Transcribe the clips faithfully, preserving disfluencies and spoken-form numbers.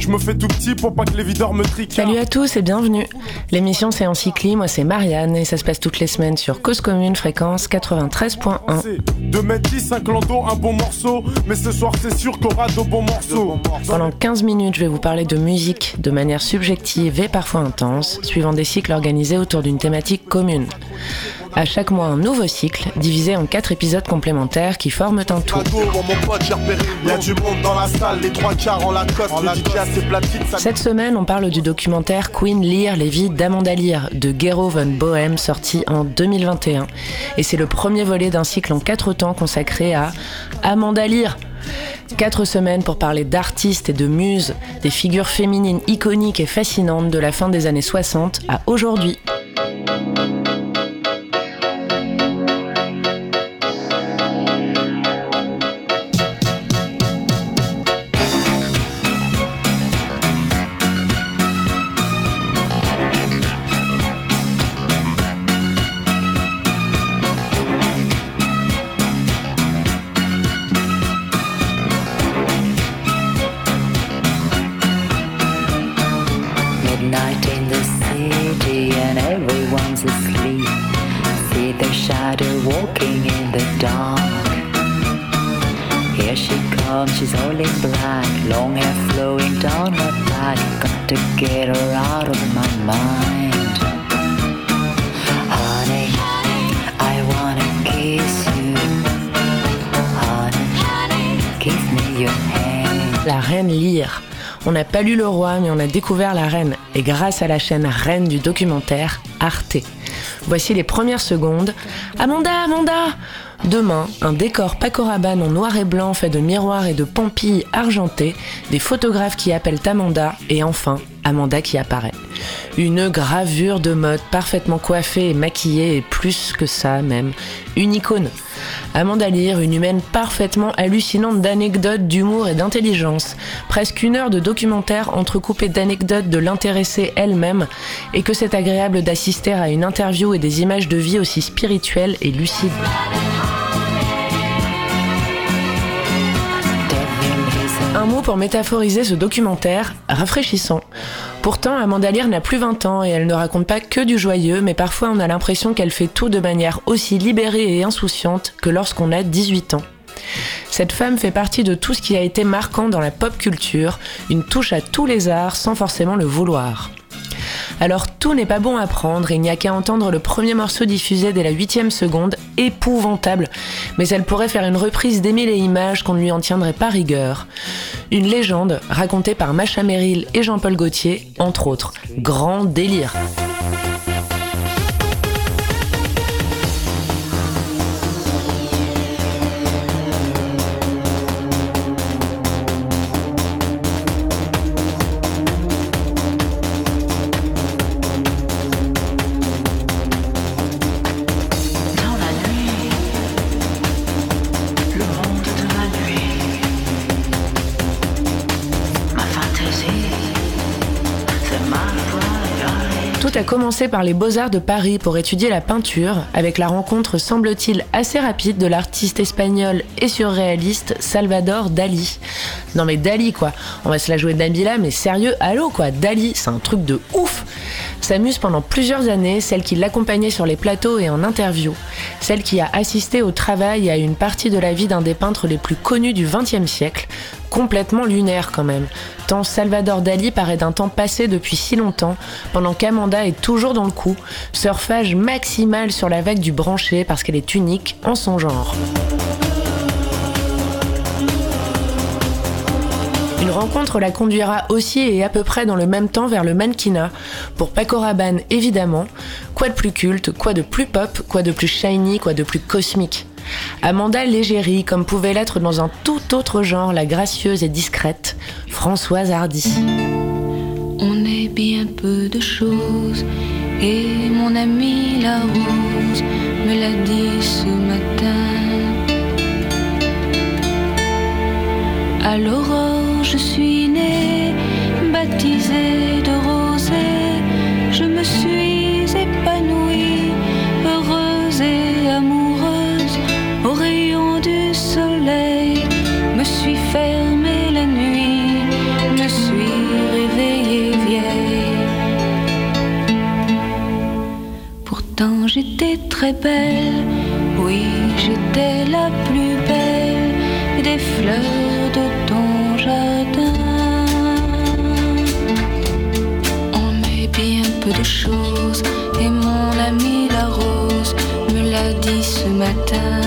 Je me fais tout petit pour pas que les videurs me triquent. Salut à tous et bienvenue. L'émission c'est Encycli, moi c'est Marianne et ça se passe toutes les semaines sur Cause Commune, fréquence quatre-vingt-treize point un. deux mètres dix, cinq lando, un bon morceau. Mais ce soir c'est sûr qu'on aura de bons morceaux. Pendant quinze minutes, je vais vous parler de musique de manière subjective et parfois intense, suivant des cycles organisés autour d'une thématique commune. À chaque mois, un nouveau cycle, divisé en quatre épisodes complémentaires qui forment un tout. Cette semaine, on parle du documentaire Queen Lear, les vies d'Amanda Lear, de Gero von Boehm, sorti en deux mille vingt et un. Et c'est le premier volet d'un cycle en quatre temps consacré à Amanda Lear. Quatre semaines pour parler d'artistes et de muses, des figures féminines iconiques et fascinantes de la fin des années soixante à aujourd'hui. She's all in black, long hair flowing down her back. Got to get her out of my mind. Honey, I wanna kiss you. Honey, give me your hand. La reine Lear. On n'a pas lu le roi, mais on a découvert la reine. Et grâce à la chaîne reine du documentaire, Arte. Voici les premières secondes. Amanda, Amanda! Demain, un décor Paco Rabanne en noir et blanc fait de miroirs et de pampilles argentées, des photographes qui appellent Amanda, et enfin, Amanda qui apparaît. Une gravure de mode parfaitement coiffée et maquillée, et plus que ça même, une icône. Amanda Lear, une humaine parfaitement hallucinante d'anecdotes, d'humour et d'intelligence. Presque une heure de documentaire entrecoupée d'anecdotes de l'intéressée elle-même, et que c'est agréable d'assister à une interview et des images de vie aussi spirituelles et lucides. Un mot pour métaphoriser ce documentaire, rafraîchissant. Pourtant, Amanda Lear n'a plus vingt ans et elle ne raconte pas que du joyeux, mais parfois on a l'impression qu'elle fait tout de manière aussi libérée et insouciante que lorsqu'on a dix-huit ans. Cette femme fait partie de tout ce qui a été marquant dans la pop culture, une touche à tous les arts sans forcément le vouloir. Alors tout n'est pas bon à prendre, il n'y a qu'à entendre le premier morceau diffusé dès la huitième seconde, épouvantable, mais elle pourrait faire une reprise d'Émile et Images qu'on ne lui en tiendrait pas rigueur. Une légende racontée par Macha Merrill et Jean-Paul Gaultier, entre autres. Grand délire. Tout a commencé par les Beaux-Arts de Paris pour étudier la peinture, avec la rencontre semble-t-il assez rapide de l'artiste espagnol et surréaliste Salvador Dali. Non mais Dali quoi, on va se la jouer Nabila, mais sérieux, allô quoi, Dali, c'est un truc de ouf. S'amuse pendant plusieurs années, celle qui l'accompagnait sur les plateaux et en interview, celle qui a assisté au travail et à une partie de la vie d'un des peintres les plus connus du vingtième siècle, complètement lunaire quand même, tant Salvador Dali paraît d'un temps passé depuis si longtemps, pendant qu'Amanda est toujours dans le coup, surfage maximal sur la vague du branché parce qu'elle est unique en son genre. Une rencontre la conduira aussi et à peu près dans le même temps vers le mannequinat, pour Paco Rabanne évidemment. Quoi de plus culte, quoi de plus pop, quoi de plus shiny, quoi de plus cosmique. Amanda l'égérie, comme pouvait l'être dans un tout autre genre la gracieuse et discrète Françoise Hardy. On est bien peu de choses, et mon amie la rose me l'a dit ce matin. À l'aurore je suis née, baptisée de rosée, je me suis épanouie, heureuse et amoureuse, au rayon du soleil, me suis fermée la nuit, me suis j'étais très belle, oui, j'étais la plus belle des fleurs de ton jardin. On est bien peu de choses, et mon ami la rose me l'a dit ce matin.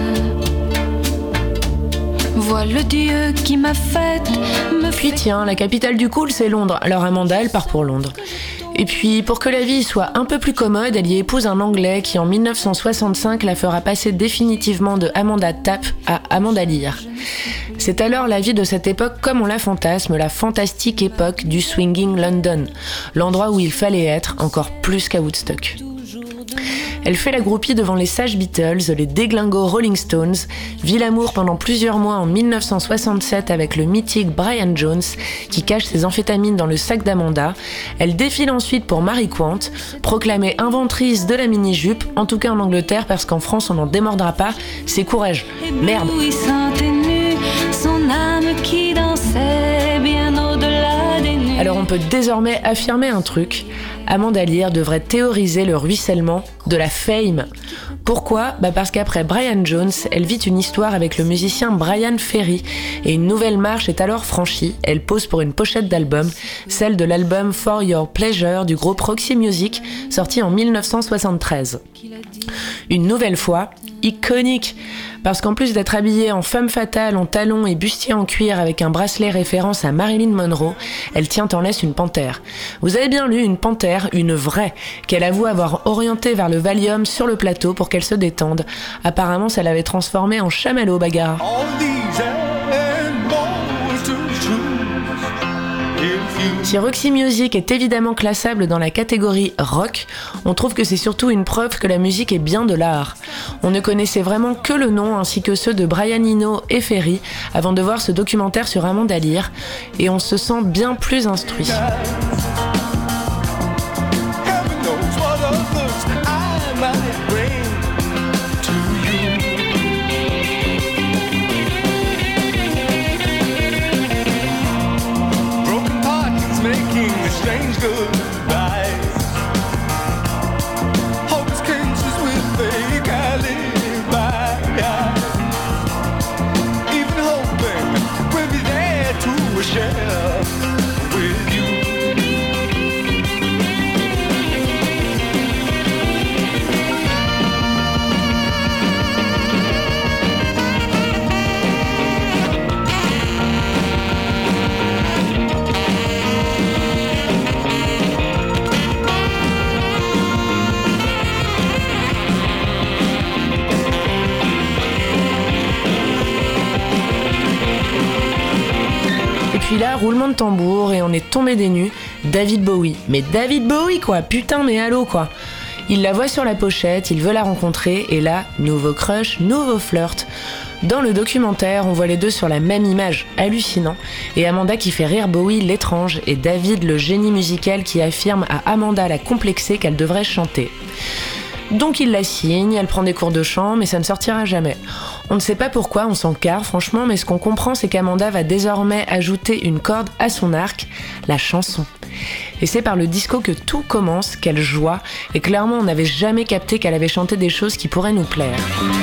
Vois le Dieu qui m'a faite me Puis tiens, la capitale du cool, c'est Londres. Alors Amanda, elle part pour Londres. Et puis, pour que la vie soit un peu plus commode, elle y épouse un Anglais qui, en dix-neuf cent soixante-cinq, la fera passer définitivement de Amanda Tapp à Amanda Lear. C'est alors la vie de cette époque comme on la fantasme, la fantastique époque du swinging London, l'endroit où il fallait être, encore plus qu'à Woodstock. Elle fait la groupie devant les sages Beatles, les déglingos Rolling Stones, vit l'amour pendant plusieurs mois en dix-neuf cent soixante-sept avec le mythique Brian Jones, qui cache ses amphétamines dans le sac d'Amanda. Elle défile ensuite pour Mary Quant, proclamée inventrice de la mini-jupe, en tout cas en Angleterre, parce qu'en France on n'en démordra pas, c'est courage. Merde. Son âme qui dansait bien au-delà des nues. Alors on peut désormais affirmer un truc, Amanda Lear devrait théoriser le ruissellement de la fame. Pourquoi ? Bah parce qu'après Brian Jones, elle vit une histoire avec le musicien Brian Ferry et une nouvelle marche est alors franchie. Elle pose pour une pochette d'album, celle de l'album For Your Pleasure du groupe Roxy Music, sorti en dix-neuf cent soixante-treize. Une nouvelle fois, iconique, parce qu'en plus d'être habillée en femme fatale, en talons et bustier en cuir avec un bracelet référence à Marilyn Monroe, elle tient en laisse une panthère. Vous avez bien lu, une panthère, une vraie, qu'elle avoue avoir orientée vers le Valium sur le plateau pour qu'elle se détende. Apparemment, ça l'avait transformée en chamallow bagarre. Si Roxy Music est évidemment classable dans la catégorie rock, on trouve que c'est surtout une preuve que la musique est bien de l'art. On ne connaissait vraiment que le nom ainsi que ceux de Brian Eno et Ferry avant de voir ce documentaire sur Amanda Lear, et on se sent bien plus instruit. Strange goodbyes. Hopes cases with fake alibis. Even hoping we'll be there to share with you. Puis là, roulement de tambour et on est tombé des nues, David Bowie. Mais David Bowie quoi, putain mais allô quoi. Il la voit sur la pochette, il veut la rencontrer et là, nouveau crush, nouveau flirt. Dans le documentaire, on voit les deux sur la même image, hallucinant, et Amanda qui fait rire Bowie l'étrange et David le génie musical qui affirme à Amanda la complexée qu'elle devrait chanter. Donc il la signe, elle prend des cours de chant, mais ça ne sortira jamais. On ne sait pas pourquoi, on s'en carre franchement, mais ce qu'on comprend c'est qu'Amanda va désormais ajouter une corde à son arc, la chanson. Et c'est par le disco que tout commence, quelle joie, et clairement on n'avait jamais capté qu'elle avait chanté des choses qui pourraient nous plaire.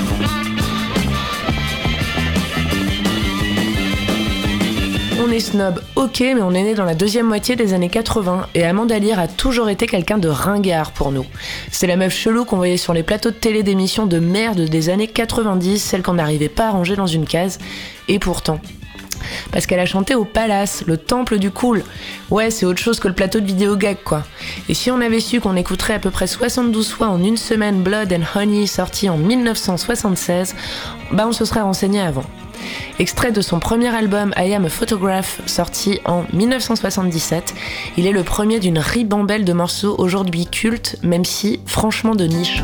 On est snob, ok, mais on est né dans la deuxième moitié des années quatre-vingts et Amanda Lear a toujours été quelqu'un de ringard pour nous. C'est la meuf chelou qu'on voyait sur les plateaux de télé d'émissions de merde des années quatre-vingt-dix, celle qu'on n'arrivait pas à ranger dans une case, et pourtant. Parce qu'elle a chanté au Palace, le temple du cool. Ouais, c'est autre chose que le plateau de vidéo gag quoi. Et si on avait su qu'on écouterait à peu près soixante-douze fois en une semaine Blood and Honey sorti en dix-neuf cent soixante-seize, bah on se serait renseigné avant. Extrait de son premier album I Am a Photograph sorti en dix-neuf cent soixante-dix-sept, il est le premier d'une ribambelle de morceaux aujourd'hui cultes, même si franchement de niche.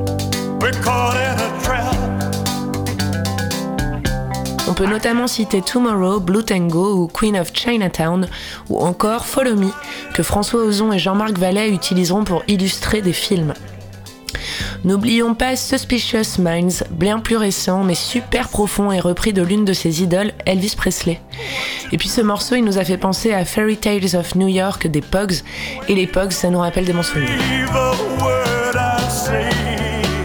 On peut notamment citer Tomorrow, Blue Tango ou Queen of Chinatown ou encore Follow Me, que François Ozon et Jean-Marc Vallée utiliseront pour illustrer des films. N'oublions pas Suspicious Minds, bien plus récent mais super profond et repris de l'une de ses idoles, Elvis Presley. Et puis ce morceau, il nous a fait penser à Fairy Tales of New York des Pogues, et les Pogues, ça nous rappelle des bons souvenirs.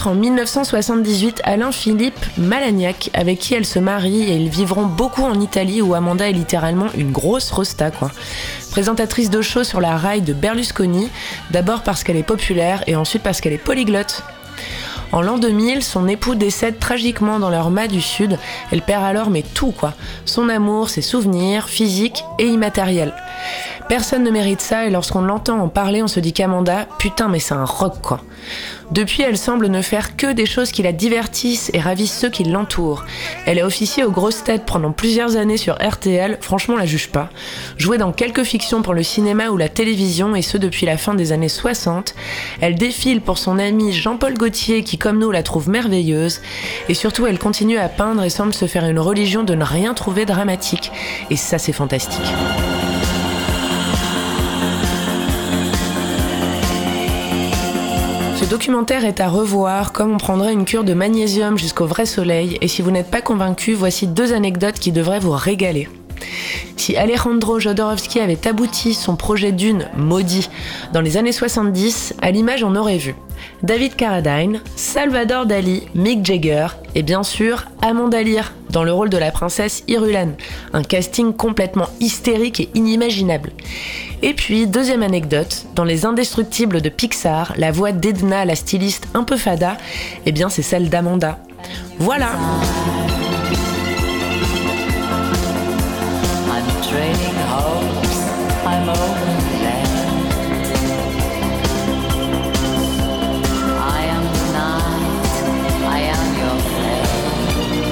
rencontre en dix-neuf cent soixante-dix-huit Alain-Philippe Malagnac, avec qui elle se marie et ils vivront beaucoup en Italie où Amanda est littéralement une grosse rosta, quoi. Présentatrice de show sur la raille de Berlusconi, d'abord parce qu'elle est populaire et ensuite parce qu'elle est polyglotte. En l'an deux mille, son époux décède tragiquement dans leur mât du Sud. Elle perd alors mais tout, quoi. Son amour, ses souvenirs, physiques et immatériels. Personne ne mérite ça et lorsqu'on l'entend en parler, on se dit qu'Amanda, putain mais c'est un rock, quoi. Depuis, elle semble ne faire que des choses qui la divertissent et ravissent ceux qui l'entourent. Elle a officié aux grosses têtes pendant plusieurs années sur R T L, franchement la juge pas. Jouée dans quelques fictions pour le cinéma ou la télévision, et ce depuis la fin des années soixante. Elle défile pour son ami Jean-Paul Gaultier qui, comme nous, la trouve merveilleuse. Et surtout, elle continue à peindre et semble se faire une religion de ne rien trouver dramatique. Et ça, c'est fantastique. Ce documentaire est à revoir, comme on prendrait une cure de magnésium jusqu'au vrai soleil, et si vous n'êtes pas convaincu, voici deux anecdotes qui devraient vous régaler. Si Alejandro Jodorowsky avait abouti son projet Dune maudit dans les années soixante-dix, à l'image on aurait vu David Carradine, Salvador Dali, Mick Jagger et bien sûr Amanda Lear dans le rôle de la princesse Irulan, un casting complètement hystérique et inimaginable. Et puis, deuxième anecdote, dans Les Indestructibles de Pixar, la voix d'Edna, la styliste un peu fada, eh bien c'est celle d'Amanda. Voilà. Trading hopes, I'm over there. I am the night, I am your flame.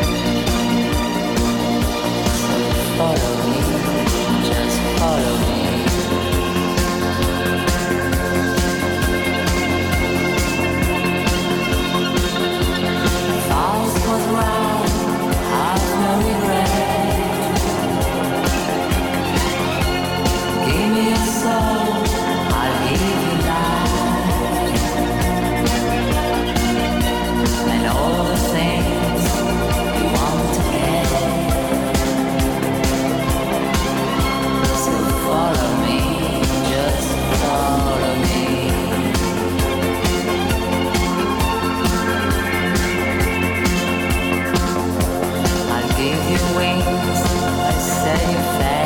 So follow me, just follow me. False was right, have no regret. Give me your soul, I'll give you life. And all the things you want to get. So follow me, just follow me. I'll give you wings, I'll set you free.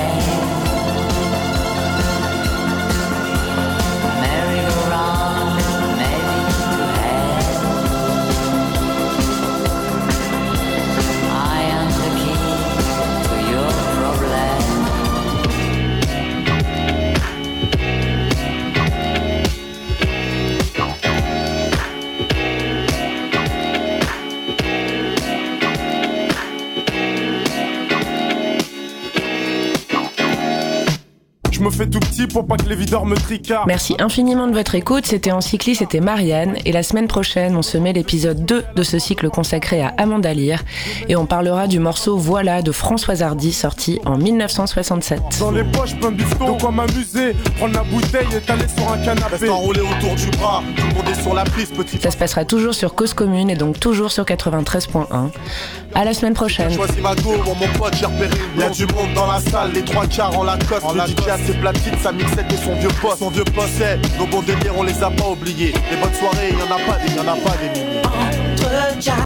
me fais tout petit pour pas que les videurs me tricardent. Merci infiniment de votre écoute, c'était Encycli, c'était Marianne, et la semaine prochaine, on se met l'épisode deux de ce cycle consacré à Amanda Lear, et on parlera du morceau Voilà de Françoise Hardy, sorti en dix-neuf cent soixante-sept. Dans les poches, plein de bifton, de quoi m'amuser, prendre la bouteille et t'aller sur un canapé. Reste enroulé autour du bras, tout le monde est sur la piste, petit. Ça se passera toujours sur Cause Commune, et donc toujours sur quatre-vingt-treize point un. À la semaine prochaine. J'ai choisi ma go, bon, mon pote, j'ai repéré une blonde. Y'a du monde dans la salle, les trois quarts en Lacoste. En le D J a ses platines, sa mixette et son vieux poste. Son vieux poste, c'est nos bons délires, on les a pas oubliés. Les bonnes soirées, y'en a pas des, y'en a pas des milliers.